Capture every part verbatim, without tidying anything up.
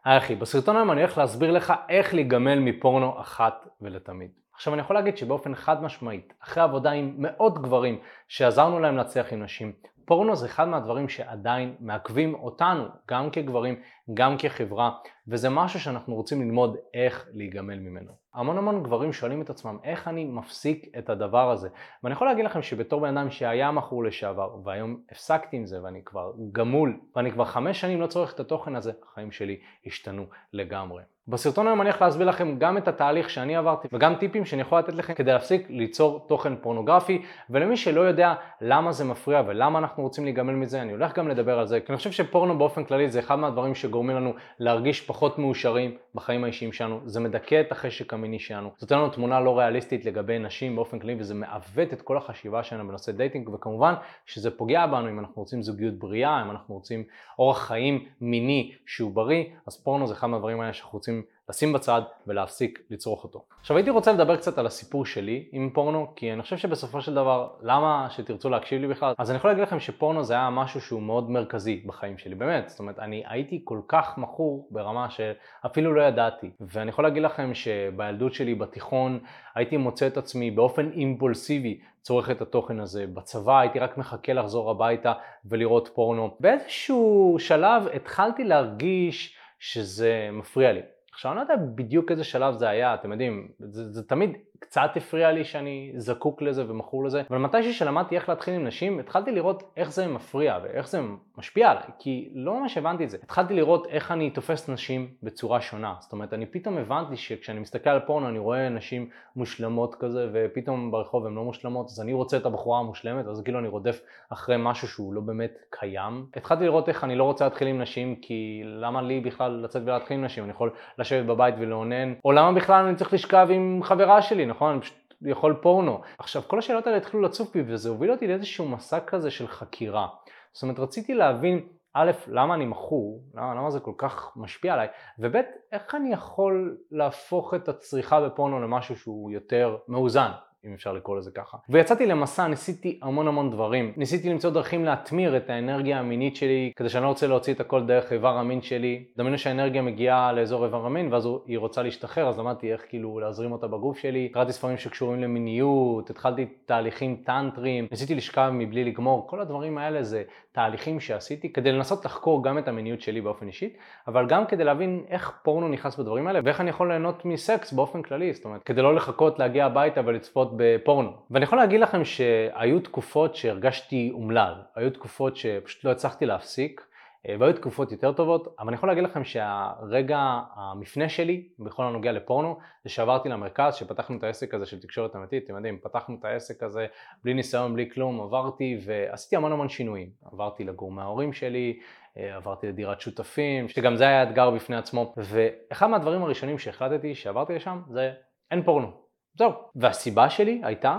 היי אחי, בסרטון היום אני הולך להסביר לך איך להיגמל מפורנו אחת ולתמיד. עכשיו אני יכול להגיד שבאופן חד משמעית, אחרי עבודה עם מאות גברים שעזרנו להם להצליח עם נשים, פורנו זה אחד מהדברים שעדיין מעכבים אותנו, גם כגברים, גם כחברה, וזה משהו שאנחנו רוצים ללמוד איך להיגמל ממנו. המון המון גברים שואלים את עצמם איך אני מפסיק את הדבר הזה, ואני יכול להגיד לכם שבתור בן אדם שהיה מכור לשעבר, והיום הפסקתי עם זה ואני כבר גמול, ואני כבר חמש שנים לא צורך את התוכן הזה, החיים שלי השתנו לגמרי. בסרטון היום אני הולך להסביר לכם גם את התהליך שאני עברתי וגם טיפים שאני יכול לתת לכם כדי להפסיק ליצור תוכן פורנוגרפי, ולמי שלא יודע למה זה מפריע ולמה אנחנו רוצים להיגמל מזה, אני הולך גם לדבר על זה, כי אני חושב שפורנו באופן כללי זה אחד מהדברים שגורמים לנו להרגיש פחות מאושרים בחיים האישיים שלנו, זה מדכא את החשק המיני שלנו, זאת לנו תמונה לא ריאליסטית לגבי נשים באופן כללי, וזה מעוות את כל החשיבה שלנו בנושא דייטינג, וכמובן שזה פוגע בנו אם אנחנו רוצים זוגיות בריאה, אם אנחנו רוצים אורח חיים מיני שהוא בריא, אז פורנו זה אחד מהדברים האלה שאנחנו רוצים לשים בצד ולהפסיק לצרוך אותו. עכשיו הייתי רוצה לדבר קצת על הסיפור שלי עם פורנו, כי אני חושב שבסופו של דבר, למה שתרצו להקשיב לי בכלל? אז אני יכול להגיד לכם שפורנו זה היה משהו שהוא מאוד מרכזי בחיים שלי, באמת. זאת אומרת, אני הייתי כל כך מכור ברמה שאפילו לא ידעתי. ואני יכול להגיד לכם שבילדות שלי בתיכון הייתי מוצא את עצמי באופן אימפולסיבי צורך את התוכן הזה. בצבא הייתי רק מחכה לחזור הביתה ולראות פורנו. באיזשהו שלב התחלתי להרגיש שזה מפריע לי. עכשיו אני לא יודע בדיוק איזה שלב זה היה, אתם יודעים, זה, זה תמיד קצת הפריע לי שאני זקוק לזה ומכור לזה, אבל מתי שלמדתי איך להתחיל עם נשים, התחלתי לראות איך זה מפריע ואיך זה משפיע עליי, כי לא ממש הבנתי את זה. התחלתי לראות איך אני תופס נשים בצורה שונה, זאת אומרת, אני פתאום הבנתי שכשאני מסתכל על פורנו אני רואה נשים מושלמות כזה, ופתאום ברחוב הן לא מושלמות, אז אני רוצה את הבחורה המושלמת, אז כאילו אני רודף אחרי משהו שהוא לא באמת קיים. התחלתי לראות איך אני לא רוצה להתחיל עם נשים, כי למה לי בכלל לצאת ולהתחיל עם נשים? אני יכול לשבת בבית ולעונן, או למה בכלל אני צריך לשכב עם חברה שלי, נכון? אני פשוט יכול פורנו. עכשיו, כל השאלות האלה התחילו לצוף בי, וזה הוביל אותי לאיזשהו מסע כזה של חקירה. זאת אומרת, רציתי להבין, א', למה אני מכור, למה, למה זה כל כך משפיע עליי, וב', איך אני יכול להפוך את הצריכה בפורנו למשהו שהוא יותר מאוזן, אם אפשר לקרוא לזה ככה. ויצאתי למסע, ניסיתי המון המון דברים. ניסיתי למצוא דרכים להתמיר את האנרגיה המינית שלי, כדי שאני לא רוצה להוציא את הכל דרך איבר המין שלי. דמיינו שהאנרגיה מגיעה לאזור איבר המין, ואז היא רוצה להשתחרר, אז למדתי איך כאילו להזרים אותה בגוף שלי. קראתי ספרים שקשורים למיניות, התחלתי תהליכים טנטריים, ניסיתי לשכב מבלי לגמור. כל הדברים האלה זה תהליכים שעשיתי כדי לנסות לחקור גם את המיניות שלי באופן אישי, אבל גם כדי להבין איך פורנו נכנס בדברים האלה, ואיך אני יכול ליהנות מסקס באופן כללי, זאת אומרת, כדי לא לחכות להגיע הביתה ולצפות בפורנו. ואני יכול להגיד לכם שהיו תקופות שהרגשתי אומלל, היו תקופות שפשוט לא הצלחתי להפסיק, והיו תקופות יותר טובות, אבל אני יכול להגיד לכם שהרגע המפנה שלי בכל הנוגע לפורנו, זה שעברתי למרכז, שפתחנו את העסק הזה של תקשורת אמיתית, אתם יודעים, פתחנו את העסק הזה בלי ניסיון, בלי כלום, עברתי ועשיתי המון המון שינויים. עברתי לגור מההורים שלי, עברתי לדירת שותפים, שגם זה היה אתגר בפני עצמו, ואחד מהדברים הראשונים שהחלטתי שעברתי לשם זה אין פורנו. זהו. והסיבה שלי הייתה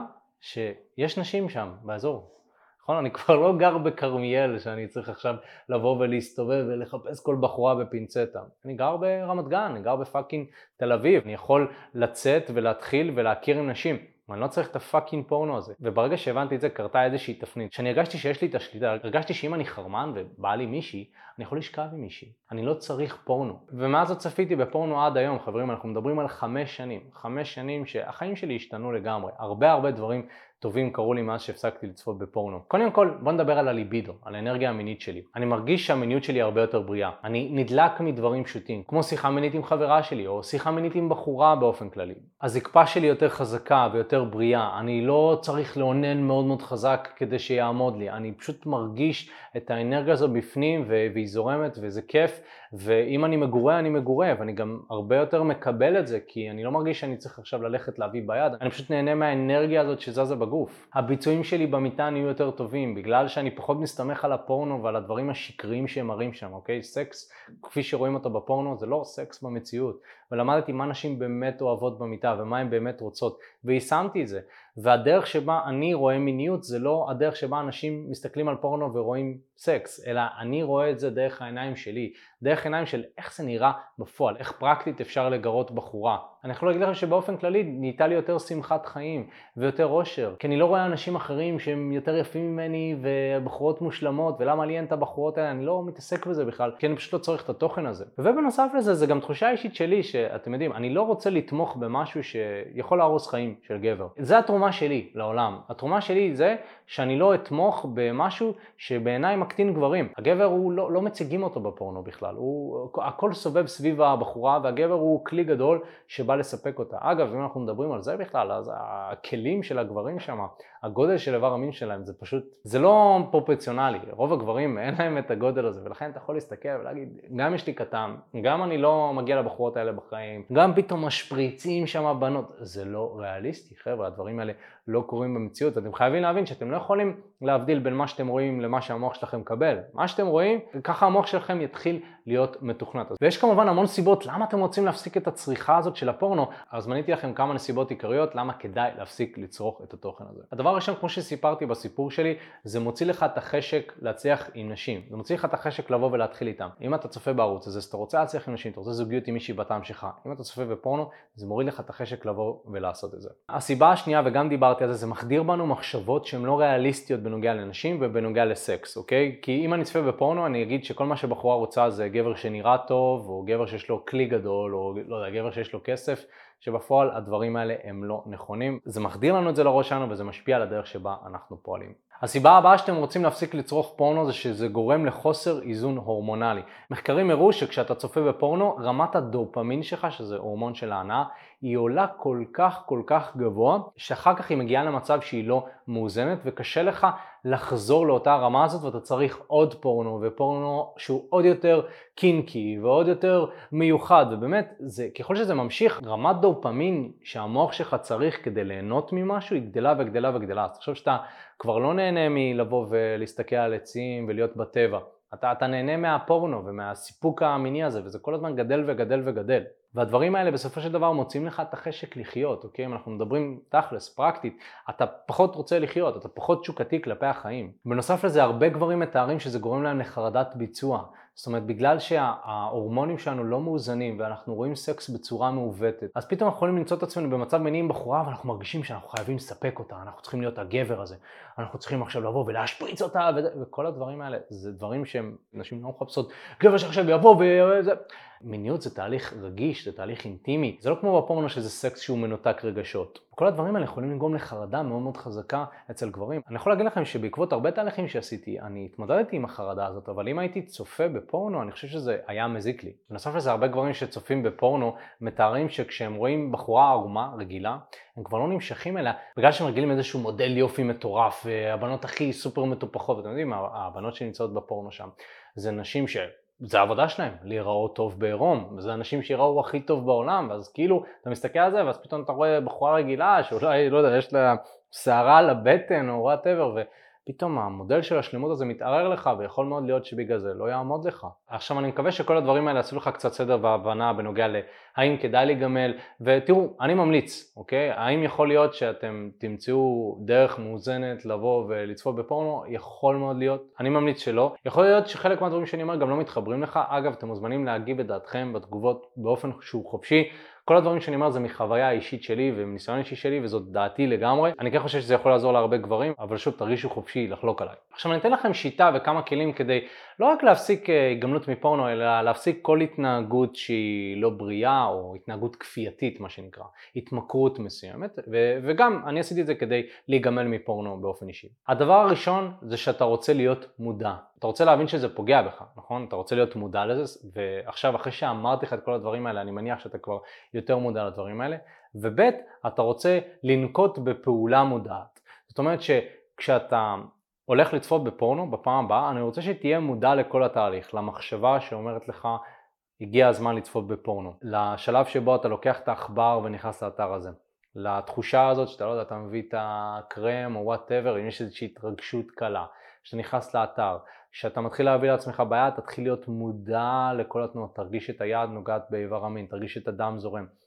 שיש נשים שם באזור. נכון? אני כבר לא גר בכרמיאל שאני צריך עכשיו לבוא ולהסתובב ולחפש כל בחורה בפינצטה. אני גר ברמת גן, אני גר בפאקינג תל אביב. אני יכול לצאת ולהתחיל ולהכיר עם נשים. אני לא צריך את הפאקינג פורנו הזה. וברגע שהבנתי את זה, קרתה איזושהי תפנית. שאני הרגשתי שיש לי את השליטה, הרגשתי שאם אני חרמן ובא לי מישהי, אני יכול לשכב עם מישהי. אני לא צריך פורנו. ומאז עוד צפיתי בפורנו עד היום, חברים, אנחנו מדברים על חמש שנים. חמש שנים שהחיים שלי השתנו לגמרי. הרבה הרבה דברים טובים קרו לי מאז שהפסקתי לצפות בפורנו. קודם כל, בוא נדבר על הליבידו, על האנרגיה המינית שלי. אני מרגיש שהמיניות שלי הרבה יותר בריאה. אני נדלק מדברים פשוטים, כמו שיחה מינית עם חברה שלי, או שיחה מינית עם בחורה באופן כללי. הזקפה שלי יותר חזקה ויותר בריאה. אני לא צריך לעונן מאוד מאוד חזק כדי שיעמוד לי. אני פשוט מרגיש את האנרגיה הזו בפנים והיא זורמת וזה כיף. ואם אני מגורה, אני מגורה, ואני גם הרבה יותר מקבל את זה, כי אני לא מרגיש שאני צריך עכשיו ללכת להביא ביד. אני פשוט נהנה מהאנרגיה הזאת שזזה בגוף. הביצועים שלי במיטה נהיו יותר טובים, בגלל שאני פחות מסתמך על הפורנו ועל הדברים השקריים שהם מראים שם, אוקיי? סקס, כפי שרואים אותו בפורנו, זה לא סקס במציאות. ולמדתי מה נשים באמת אוהבות במיטה ומה הן באמת רוצות, ויישמתי את זה. והדרך שבה אני רואה מיניות זה לא הדרך שבה אנשים מסתכלים על פורנו ורואים סקס, אלא אני רואה את זה דרך העיניים שלי, דרך העיניים של איך זה נראה בפועל, איך פרקטית אפשר לגרות בחורה, אני יכול להגיד לכם שבאופן כללי נהייתה לי יותר שמחת חיים ויותר אושר, כי אני לא רואה אנשים אחרים שהם יותר יפים ממני ובחורות מושלמות, ולמה לי אין את הבחורות האלה, אני לא מתעסק בזה בכלל, כי אני פשוט לא צריך את התוכן הזה. ובנוסף לזה, זה גם תחושה אישית שלי, שאתם יודעים, אני לא רוצה לתמוך במשהו שיכול להרוס חיים של גבר. זה התרומה שלי לעולם. התרומה שלי זה שאני לא אתמוך במשהו שבעיניי מקטין גברים. הגבר הוא לא, לא מציגים אותו בפורנו בכלל, הוא, הכל סובב סביב הבחורה, והגבר הוא כלי גדול שבא לספק אותה. אגב, אם אנחנו מדברים על זה בכלל, אז הכלים של הגברים שם, הגודל של איבר המין שלהם, זה פשוט, זה לא פרופורציונלי. רוב הגברים אין להם את הגודל הזה, ולכן אתה יכול להסתכל ולהגיד, גם יש לי קטן, גם אני לא מגיע לבחורות האלה בחיים, גם פתאום משפריצים שם בנות, זה לא ריאליסטי, חבר'ה, הדברים האלה לא קורים במציאות. אתם חייבים להבין שאתם לא יכולים להבדיל בין מה שאתם רואים למה שהמוח שלכם מקבל. מה שאתם רואים, ככה המוח שלכם יתחיל להיות מתוכנת. ויש כמובן המון סיבות למה אתם רוצים להפסיק את הצריכה הזאת של הפורנו, אז מניתי לכם כמה נסיבות עיקריות למה כדאי להפסיק לצרוך את התוכן הזה. הדבר הראשון, כמו שסיפרתי בסיפור שלי, זה מוציא לך את החשק להצליח עם נשים. זה מוציא לך את החשק לבוא ולהתחיל איתם. אם אתה צופה בערוץ הזה, אז אתה רוצה להצליח עם נשים, אתה רוצה זוגיות עם מישהי בטעם שלך. אם אתה צופה בפורנו, זה מוריד לך את החשק לבוא ולעשות את זה. הסיבה השנייה, וגם דיברתי על זה, זה מחדיר בנו מחשבות שהן לא ריאליסטיות בנוגע לנשים ובנוגע לסקס, אוקיי? כי אם אני צופה בפורנו, אני אגיד שכל מה שבחורה רוצה זה גבר שנראה טוב, או גבר שיש לו כלי גדול, או לא יודע, גבר שיש לו כסף, שבפועל הדברים האלה הם לא נכונים. זה מחדיר לנו את זה לראש שלנו, וזה משפיע על הדרך שבה אנחנו פועלים. הסיבה הבאה שאתם רוצים להפסיק לצרוך פורנו זה שזה גורם לחוסר איזון הורמונלי. מחקרים הראו שכשאתה צופה בפורנו, רמת הדופמין שלך, שזה הורמון של ההנאה, היא עולה כל כך כל כך גבוה, שאחר כך היא מגיעה למצב שהיא לא מאוזנת, וקשה לך לחזור לאותה הרמה הזאת, ואתה צריך עוד פורנו, ופורנו שהוא עוד יותר קינקי ועוד יותר מיוחד. ובאמת, זה, ככל שזה ממשיך, רמת דופמין שהמוח שלך צריך כדי ליהנות ממשהו, היא גדלה וגדלה וגדלה. אז תחשוב שאתה כבר לא נהנה מלבוא ולהסתכל על עצים ולהיות בטבע. אתה, אתה נהנה מהפורנו ומהסיפוק המיני הזה, וזה כל הזמן גדל וגדל וגדל. והדברים האלה בסופו של דבר מוצאים לך את החשק לחיות, אוקיי? אם אנחנו מדברים תכלס, פרקטית, אתה פחות רוצה לחיות, אתה פחות תשוקתי כלפי החיים. בנוסף לזה, הרבה גברים מתארים שזה גורם להם לחרדת ביצוע. זאת אומרת, בגלל שההורמונים שלנו לא מאוזנים ואנחנו רואים סקס בצורה מעוותת, אז פתאום אנחנו יכולים למצוא את עצמנו במצב מיני עם בחורה, ואנחנו מרגישים שאנחנו חייבים לספק אותה, אנחנו צריכים להיות הגבר הזה, אנחנו צריכים עכשיו לבוא ולהשפריץ אותה, וכל הדברים האלה, זה דברים שהם, נשים לא מחפשות, גבר שעכשיו יבוא וזה. מיניות זה תהליך רגיש, זה תהליך אינטימי, זה לא כמו בפורנו שזה סקס שהוא מנותק רגשות. כל הדברים האלה יכולים לגרום לחרדה מאוד מאוד חזקה אצל גברים. אני יכול להגיד לכם שבעקבות הרבה תהליכים שעשיתי, אני התמודדתי עם החרדה הזאת, אבל אם הייתי צופה בפורנו, אני חושב שזה היה מזיק לי. בנוסף לזה, הרבה גברים שצופים בפורנו מתארים שכשהם רואים בחורה ערומה, רגילה, הם כבר לא נמשכים אליה, בגלל שהם רגילים איזשהו מודל יופי מטורף, והבנות הכי סופר מטופחות, אתם יודעים, הבנות שנמצאות בפורנו שם, זה נשים ש... זה העבודה שלהם, להיראות טוב בעירום, וזה אנשים שיראו הכי טוב בעולם, ואז כאילו אתה מסתכל על זה, ואז פתאום אתה רואה בחורה רגילה, שאולי, לא יודע, יש לה שערה על הבטן או whatever, ופתאום המודל של השלמות הזה מתערער לך, ויכול מאוד להיות שבגלל זה לא יעמוד לך. עכשיו אני מקווה שכל הדברים האלה עשו לך קצת סדר והבנה בנוגע להאם כדאי להיגמל, ותראו, אני ממליץ, אוקיי? האם יכול להיות שאתם תמצאו דרך מאוזנת לבוא ולצפות בפורנו? יכול מאוד להיות. אני ממליץ שלא. יכול להיות שחלק מהדברים שאני אומר גם לא מתחברים לך. אגב, אתם מוזמנים להגיב את דעתכם בתגובות באופן שהוא חופשי. כל הדברים שאני אומר זה מחוויה האישית שלי ומניסיון אישי שלי, וזאת דעתי לגמרי. אני כן חושב שזה יכול לעזור להרבה גברים, אבל שוב, תרגישו חופשי לחלוק עליי. עכשיו אני אתן לכם שיטה וכמה כלים כדי לא רק להפסיק הגמלות מפורנו, אלא להפסיק כל התנהגות שהיא לא בריאה, או התנהגות כפייתית, מה שנקרא, התמכרות מסוימת, ו- וגם אני עשיתי את זה כדי להיגמל מפורנו באופן אישי. הדבר הראשון זה שאתה רוצה להיות מודע. אתה רוצה להבין שזה פוגע בך, נכון? אתה רוצה להיות מודע לזה, ועכשיו אחרי שאמרתי לך את כל הדברים האלה, אני מניח שאתה כבר יותר מודע לדברים האלה, וב' אתה רוצה לנקוט בפעולה מודעת. זאת אומרת שכשאתה הולך לצפות בפורנו בפעם הבאה, אני רוצה שתהיה מודע לכל התהליך, למחשבה שאומרת לך, הגיע הזמן לצפות בפורנו, לשלב שבו אתה לוקח את העכבר ונכנס לאתר הזה, לתחושה הזאת שאתה לא יודע, אתה מביא את הקרם או whatever, אם יש איזושהי התרגשות קלה, שאתה נכנס לאתר, כשאתה מתחיל להביא לעצמך ביד, תתחיל להיות מודע לכל התנועות, תרגיש את היד נוגעת באיבר המין, תרגיש את הדם זורם.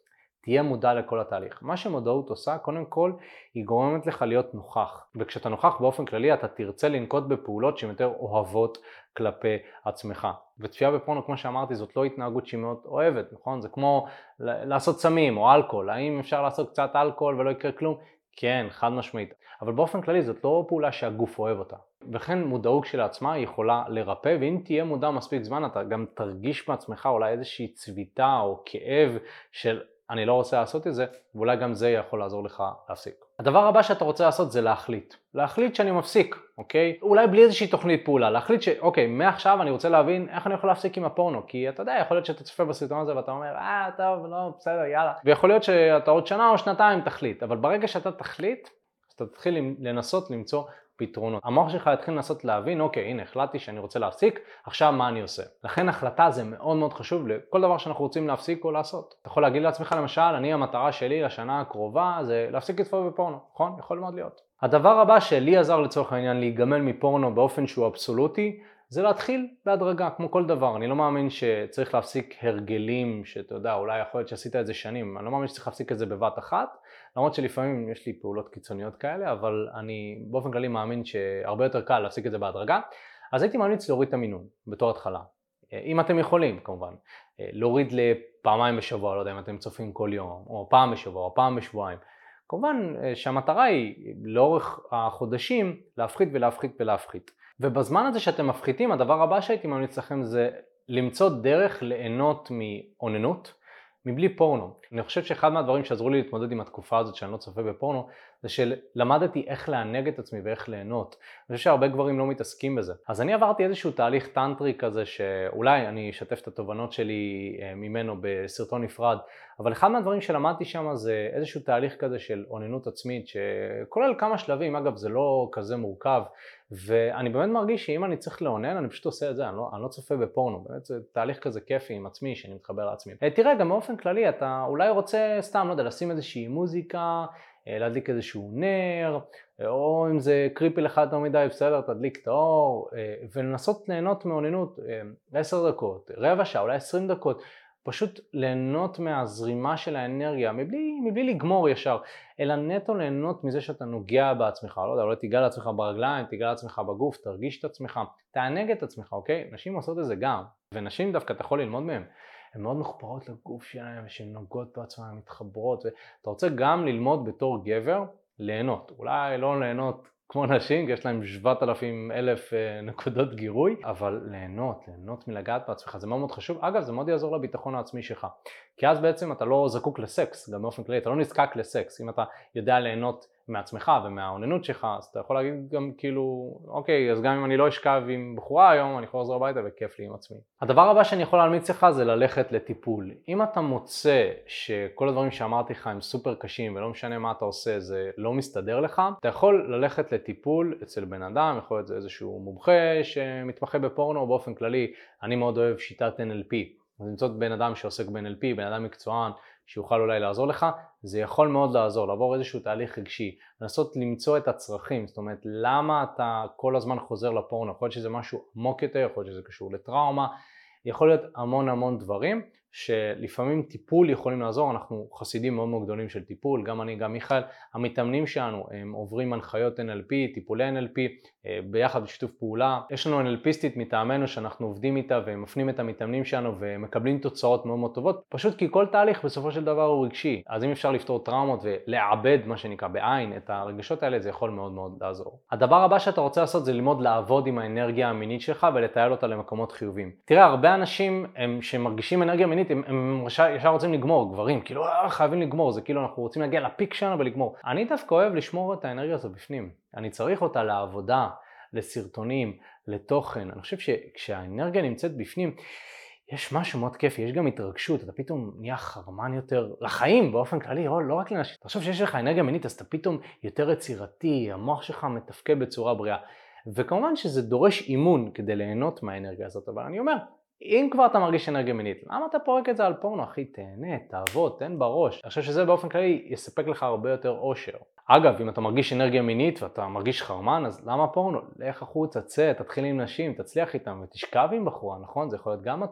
תהיה מודע לכל התהליך. מה שמודעות עושה, קודם כל, היא גורמת לך להיות נוכח. וכשאתה נוכח באופן כללי, אתה תרצה לנקוט בפעולות שהן יותר אוהבות כלפי עצמך. וצפייה בפורנו, כמו שאמרתי, זאת לא התנהגות שהיא מאוד אוהבת, נכון? זה כמו לעשות סמים או אלכוהול. האם אפשר לעשות קצת אלכוהול ולא יקרה כלום? כן, חד משמעית. אבל באופן כללי זאת לא פעולה שהגוף אוהב אותה. וכן מודעות כשלעצמה יכולה לרפא, ואם תהיה מודע מספיק זמן אתה גם תרגיש בעצמך אולי איזושהי צביטה או כאב של אני לא רוצה לעשות את זה, ואולי גם זה יכול לעזור לך להפסיק. הדבר הבא שאתה רוצה לעשות זה להחליט. להחליט שאני מפסיק, אוקיי? אולי בלי איזושהי תוכנית פעולה. להחליט שאוקיי, מעכשיו אני רוצה להבין איך אני יכול להפסיק עם הפורנו. כי אתה יודע, יכול להיות שאתה צופה בסרטון הזה ואתה אומר, אה, טוב, לא, בסדר, יאללה. ויכול להיות שאתה עוד שנה או שנתיים תחליט. אבל ברגע שאתה תחליט, אתה תתחיל לנסות למצוא פתרונות. המוח שלך יתחיל לנסות להבין, אוקיי, הנה, החלטתי שאני רוצה להפסיק, עכשיו מה אני עושה? לכן החלטה זה מאוד מאוד חשוב לכל דבר שאנחנו רוצים להפסיק או לעשות. אתה יכול להגיד לעצמך למשל, אני המטרה שלי לשנה הקרובה זה להפסיק לצפות בפורנו, נכון? יכול מאוד להיות. הדבר הבא שלי עזר לצורך העניין להיגמל מפורנו באופן שהוא אבסולוטי, זה להתחיל בהדרגה, כמו כל דבר. אני לא מאמין שצריך להפסיק הרגלים, שאתה יודע, אולי יכול להיות שעשית את זה שנים. אני לא מאמין שצריך להפסיק את זה בבת אחת, למרות שלפעמים יש לי פעולות קיצוניות כאלה, אבל אני באופן כללי מאמין שהרבה יותר קל להפסיק את זה בהדרגה. אז הייתי ממליץ להוריד את המינון בתור התחלה. אם אתם יכולים, כמובן. להוריד לפעמיים בשבוע, לא יודע אם אתם צופים כל יום, או פעם בשבוע, או פעם בשבועיים. כמובן שהמטרה היא לאורך החודשים להפחית ולהפחית ולהפחית. ובזמן הזה שאתם מפחיתים, הדבר הבא שהייתי ממליץ לכם זה למצוא דרך ליהנות מאוננות מבלי פורנו. אני חושב שאחד מהדברים שעזרו לי להתמודד עם התקופה הזאת שאני לא צופה בפורנו, זה שלמדתי איך לענג את עצמי ואיך ליהנות. אני חושב שהרבה גברים לא מתעסקים בזה. אז אני עברתי איזשהו תהליך טנטרי כזה שאולי אני אשתף את התובנות שלי ממנו בסרטון נפרד, אבל אחד מהדברים שלמדתי שם זה איזשהו תהליך כזה של אוננות עצמית שכולל כמה שלבים, אגב זה לא כזה מורכב, ואני באמת מרגיש שאם אני צריך לאונן אני פשוט עושה את זה, אני לא, אני לא צופה בפורנו, באמת זה תהליך כזה כיפי עם עצמי שאני מתחבר לעצמי. תראה, גם באופן כללי אתה אולי רוצה סתם, לא יודע, לשים איזושהי מוזיקה, להדליק איזשהו נר, או אם זה קריפי לך יותר מדי, בסדר, תדליק את האור, ולנסות ליהנות מאוננות עשר דקות, רבע שעה, אולי עשרים דקות, פשוט ליהנות מהזרימה של האנרגיה, מבלי, מבלי לגמור ישר, אלא נטו ליהנות מזה שאתה נוגע בעצמך, לא יודע, אולי תיגע לעצמך ברגליים, תיגע לעצמך בגוף, תרגיש את עצמך, תענג את עצמך, אוקיי? נשים עושות את זה גם, ונשים דווקא אתה יכול ללמוד מהם. הן מאוד מחוברות לגוף שלהן ושהן נוגעות בעצמן, מתחברות, ואתה רוצה גם ללמוד בתור גבר, ליהנות. אולי לא ליהנות כמו נשים, כי יש להם שבעת אלפים אלף נקודות גירוי, אבל ליהנות, ליהנות מלגעת בעצמך, זה מאוד מאוד חשוב. אגב, זה מאוד יעזור לביטחון העצמי שלך, כי אז בעצם אתה לא זקוק לסקס, גם באופן כללי, אתה לא נזקק לסקס. אם אתה יודע ליהנות מעצמך ומהאוננות שלך, אז אתה יכול להגיד גם כאילו, אוקיי, אז גם אם אני לא אשכב עם בחורה היום, אני יכול לחזור הביתה וכיף לי עם עצמי. הדבר הבא שאני יכול להמליץ לך זה ללכת לטיפול. אם אתה מוצא שכל הדברים שאמרתי לך הם סופר קשים ולא משנה מה אתה עושה, זה לא מסתדר לך, אתה יכול ללכת לטיפול אצל בן אדם, יכול להיות זה איזשהו מומחה שמתמחה בפורנו, באופן כללי, אני מאוד אוהב שיטת אן אל פי. אז למצוא בן אדם שעוסק ב-אן אל פי, בן אדם מקצוען שיוכל אולי לעזור לך, זה יכול מאוד לעזור, לעבור איזשהו תהליך רגשי, לנסות למצוא את הצרכים, זאת אומרת למה אתה כל הזמן חוזר לפורנו, יכול להיות שזה משהו עמוק יותר, יכול להיות שזה קשור לטראומה, יכול להיות המון המון דברים שלפעמים טיפול יכולים לעזור. אנחנו חסידים מאוד מאוד גדולים של טיפול, גם אני, גם מיכאל, המתאמנים שלנו הם עוברים הנחיות אן אל פי, טיפולי אן אל פי, ביחד בשיתוף פעולה. יש לנו אן אל פיסטית מטעמנו שאנחנו עובדים איתה ומפנים את המתאמנים שלנו ומקבלים תוצאות מאוד מאוד טובות, פשוט כי כל תהליך בסופו של דבר הוא רגשי, אז אם אפשר לפתור טראומות ולעבד מה שנקרא בעין את הרגשות האלה, זה יכול מאוד מאוד לעזור. הדבר הבא שאתה רוצה לעשות זה ללמוד לעבוד עם האנרגיה המינית שלך ולטייל אותה למקומות חיוביים. תראה, הרבה אנשים הם, שמרגישים אנרגיה מינית, הם, הם ישר רוצים לגמור, גברים, כאילו אה, חייבים לגמור, זה כאילו אנחנו רוצים להגיע לפיק שלנו ולגמור. אני דווקא אוהב לשמור את האנרגיה הזו בפנים. אני צריך אותה לעבודה, לסרטונים, לתוכן. אני חושב שכשהאנרגיה נמצאת בפנים, יש משהו מאוד כיפי, יש גם התרגשות, אתה פתאום נהיה חרמן יותר לחיים באופן כללי, לא, לא רק לנשים. אתה חושב שיש לך אנרגיה מינית, אז אתה פתאום יותר יצירתי, המוח שלך מתפקד בצורה בריאה. וכמובן שזה דורש אימון כדי ליהנות מהאנרגיה הזאת, אבל אני אומר, אם כבר אתה מרגיש אנרגיה מינית, למה אתה פורק את זה על פורנו? אחי, תהנה, תעבוד, תן בראש. אני חושב שזה באופן כללי יספק לך הרבה יותר אושר. אגב, אם אתה מרגיש אנרגיה מינית ואתה מרגיש חרמן, אז למה פורנו? לך החוצה, צא, תתחיל עם נשים, תצליח איתם ותשכב עם בחורה, נכון? זה יכול להיות גם מטרה.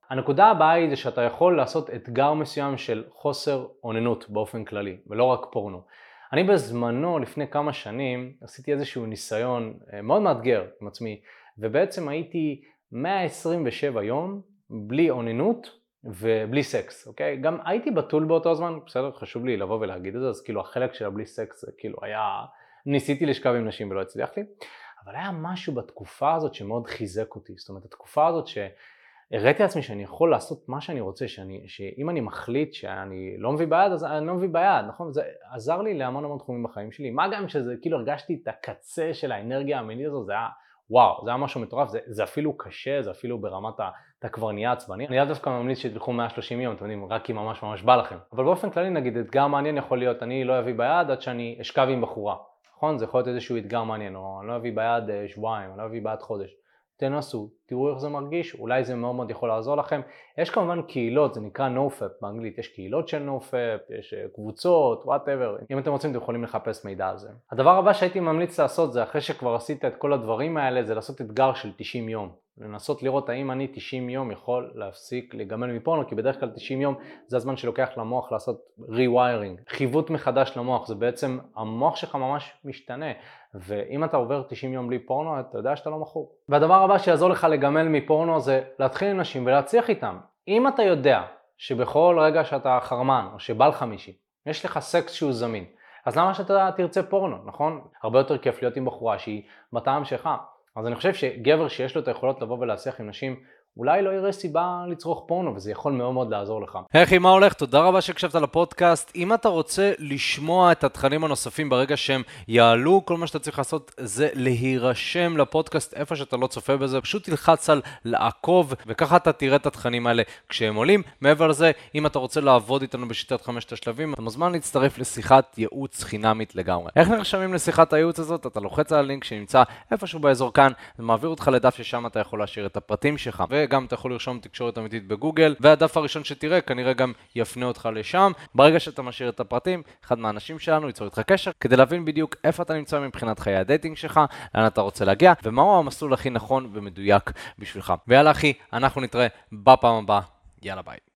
הנקודה הבאה היא זה שאתה יכול לעשות אתגר מסוים של חוסר אוננות באופן כללי, ולא רק פורנו. אני בזמנו, לפני כמה שנים, עשיתי איזשהו ניסיון מאוד מאתגר עם עצמי, ובעצם הייתי מאה עשרים ושבע יום בלי אוננות ובלי סקס, אוקיי? גם הייתי בתול באותו זמן, בסדר, חשוב לי לבוא ולהגיד את זה, אז כאילו החלק של הבלי סקס, כאילו היה, ניסיתי לשכב עם נשים ולא הצליח לי, אבל היה משהו בתקופה הזאת שמאוד חיזק אותי, זאת אומרת, התקופה הזאת ש... הראיתי לעצמי שאני יכול לעשות מה שאני רוצה, שאני, שאם אני מחליט שאני לא מביא ביד, אז אני לא מביא ביד, נכון? זה עזר לי להמון המון תחומים בחיים שלי. מה גם שזה, כאילו הרגשתי את הקצה של האנרגיה המינית הזו, זה היה, וואו, זה היה משהו מטורף, זה, זה אפילו קשה, זה אפילו ברמת ה... אתה כבר נהיה עצבני. אני דווקא ממליץ שתלכו מאה ושלושים יום, אתם יודעים, רק אם ממש ממש בא לכם. אבל באופן כללי, נגיד, אתגר מעניין יכול להיות, אני לא אביא ביד עד שאני אשכב עם בחורה. נכון? זה יכול להיות איזשהו אתגר מעניין, או אני לא אביא ביד שבועיים, אני לא אביא ביד חודש. תנסו, תראו איך זה מרגיש, אולי זה מאוד מאוד יכול לעזור לכם. יש כמובן קהילות, זה נקרא נופאפ באנגלית, יש קהילות של נופאפ, יש קבוצות, whatever. אם אתם רוצים, אתם יכולים לחפש מידע על זה. הדבר הבא שהייתי ממליץ לעשות זה, אחרי שכבר עשית את כל הדברים האלה, זה לעשות אתגר של תשעים יום. לנסות לראות האם אני תשעים יום יכול להפסיק להיגמל מפורנו, כי בדרך כלל תשעים יום זה הזמן שלוקח למוח לעשות rewiring, חיווט מחדש למוח, זה בעצם המוח שלך ממש משתנה, ואם אתה עובר תשעים יום בלי פורנו, אתה יודע שאתה לא מכור. והדבר הבא שיעזור לך לגמל מפורנו זה להתחיל עם נשים ולהצליח איתם. אם אתה יודע שבכל רגע שאתה חרמן או שבא לך מישהי, יש לך סקס שהוא זמין, אז למה שאתה תרצה פורנו, נכון? הרבה יותר כיף להיות עם בחורה שהיא בטעם שלך. אז אני חושב שגבר שיש לו את היכולות לבוא ולהשיח עם נשים, אולי לא יראה סיבה לצרוך פורנו, וזה יכול מאוד מאוד לעזור לך. היי אחי, מה הולך? תודה רבה שהקשבת לפודקאסט. אם אתה רוצה לשמוע את התכנים הנוספים ברגע שהם יעלו, כל מה שאתה צריך לעשות זה להירשם לפודקאסט איפה שאתה לא צופה בזה. פשוט תלחץ על לעקוב, וככה אתה תראה את התכנים האלה כשהם עולים. מעבר לזה, אם אתה רוצה לעבוד איתנו בשיטת חמשת השלבים, אתה מוזמן להצטרף לשיחת ייעוץ חינמית לגמרי. איך נרשמים לשיחת הייעוץ הזאת? אתה לוחץ על הלינק שנמצא איפשהו באזור כאן, זה מעביר אותך לדף ששם אתה יכול להשאיר את הפרטים שלך. וגם אתה יכול לרשום תקשורת אמיתית בגוגל, והדף הראשון שתראה כנראה גם יפנה אותך לשם. ברגע שאתה משאיר את הפרטים, אחד מהאנשים שלנו ייצור איתך קשר, כדי להבין בדיוק איפה אתה נמצא מבחינת חיי הדייטינג שלך, לאן אתה רוצה להגיע, ומהו המסלול הכי נכון ומדויק בשבילך. ויאללה אחי, אנחנו נתראה בפעם הבאה. יאללה ביי.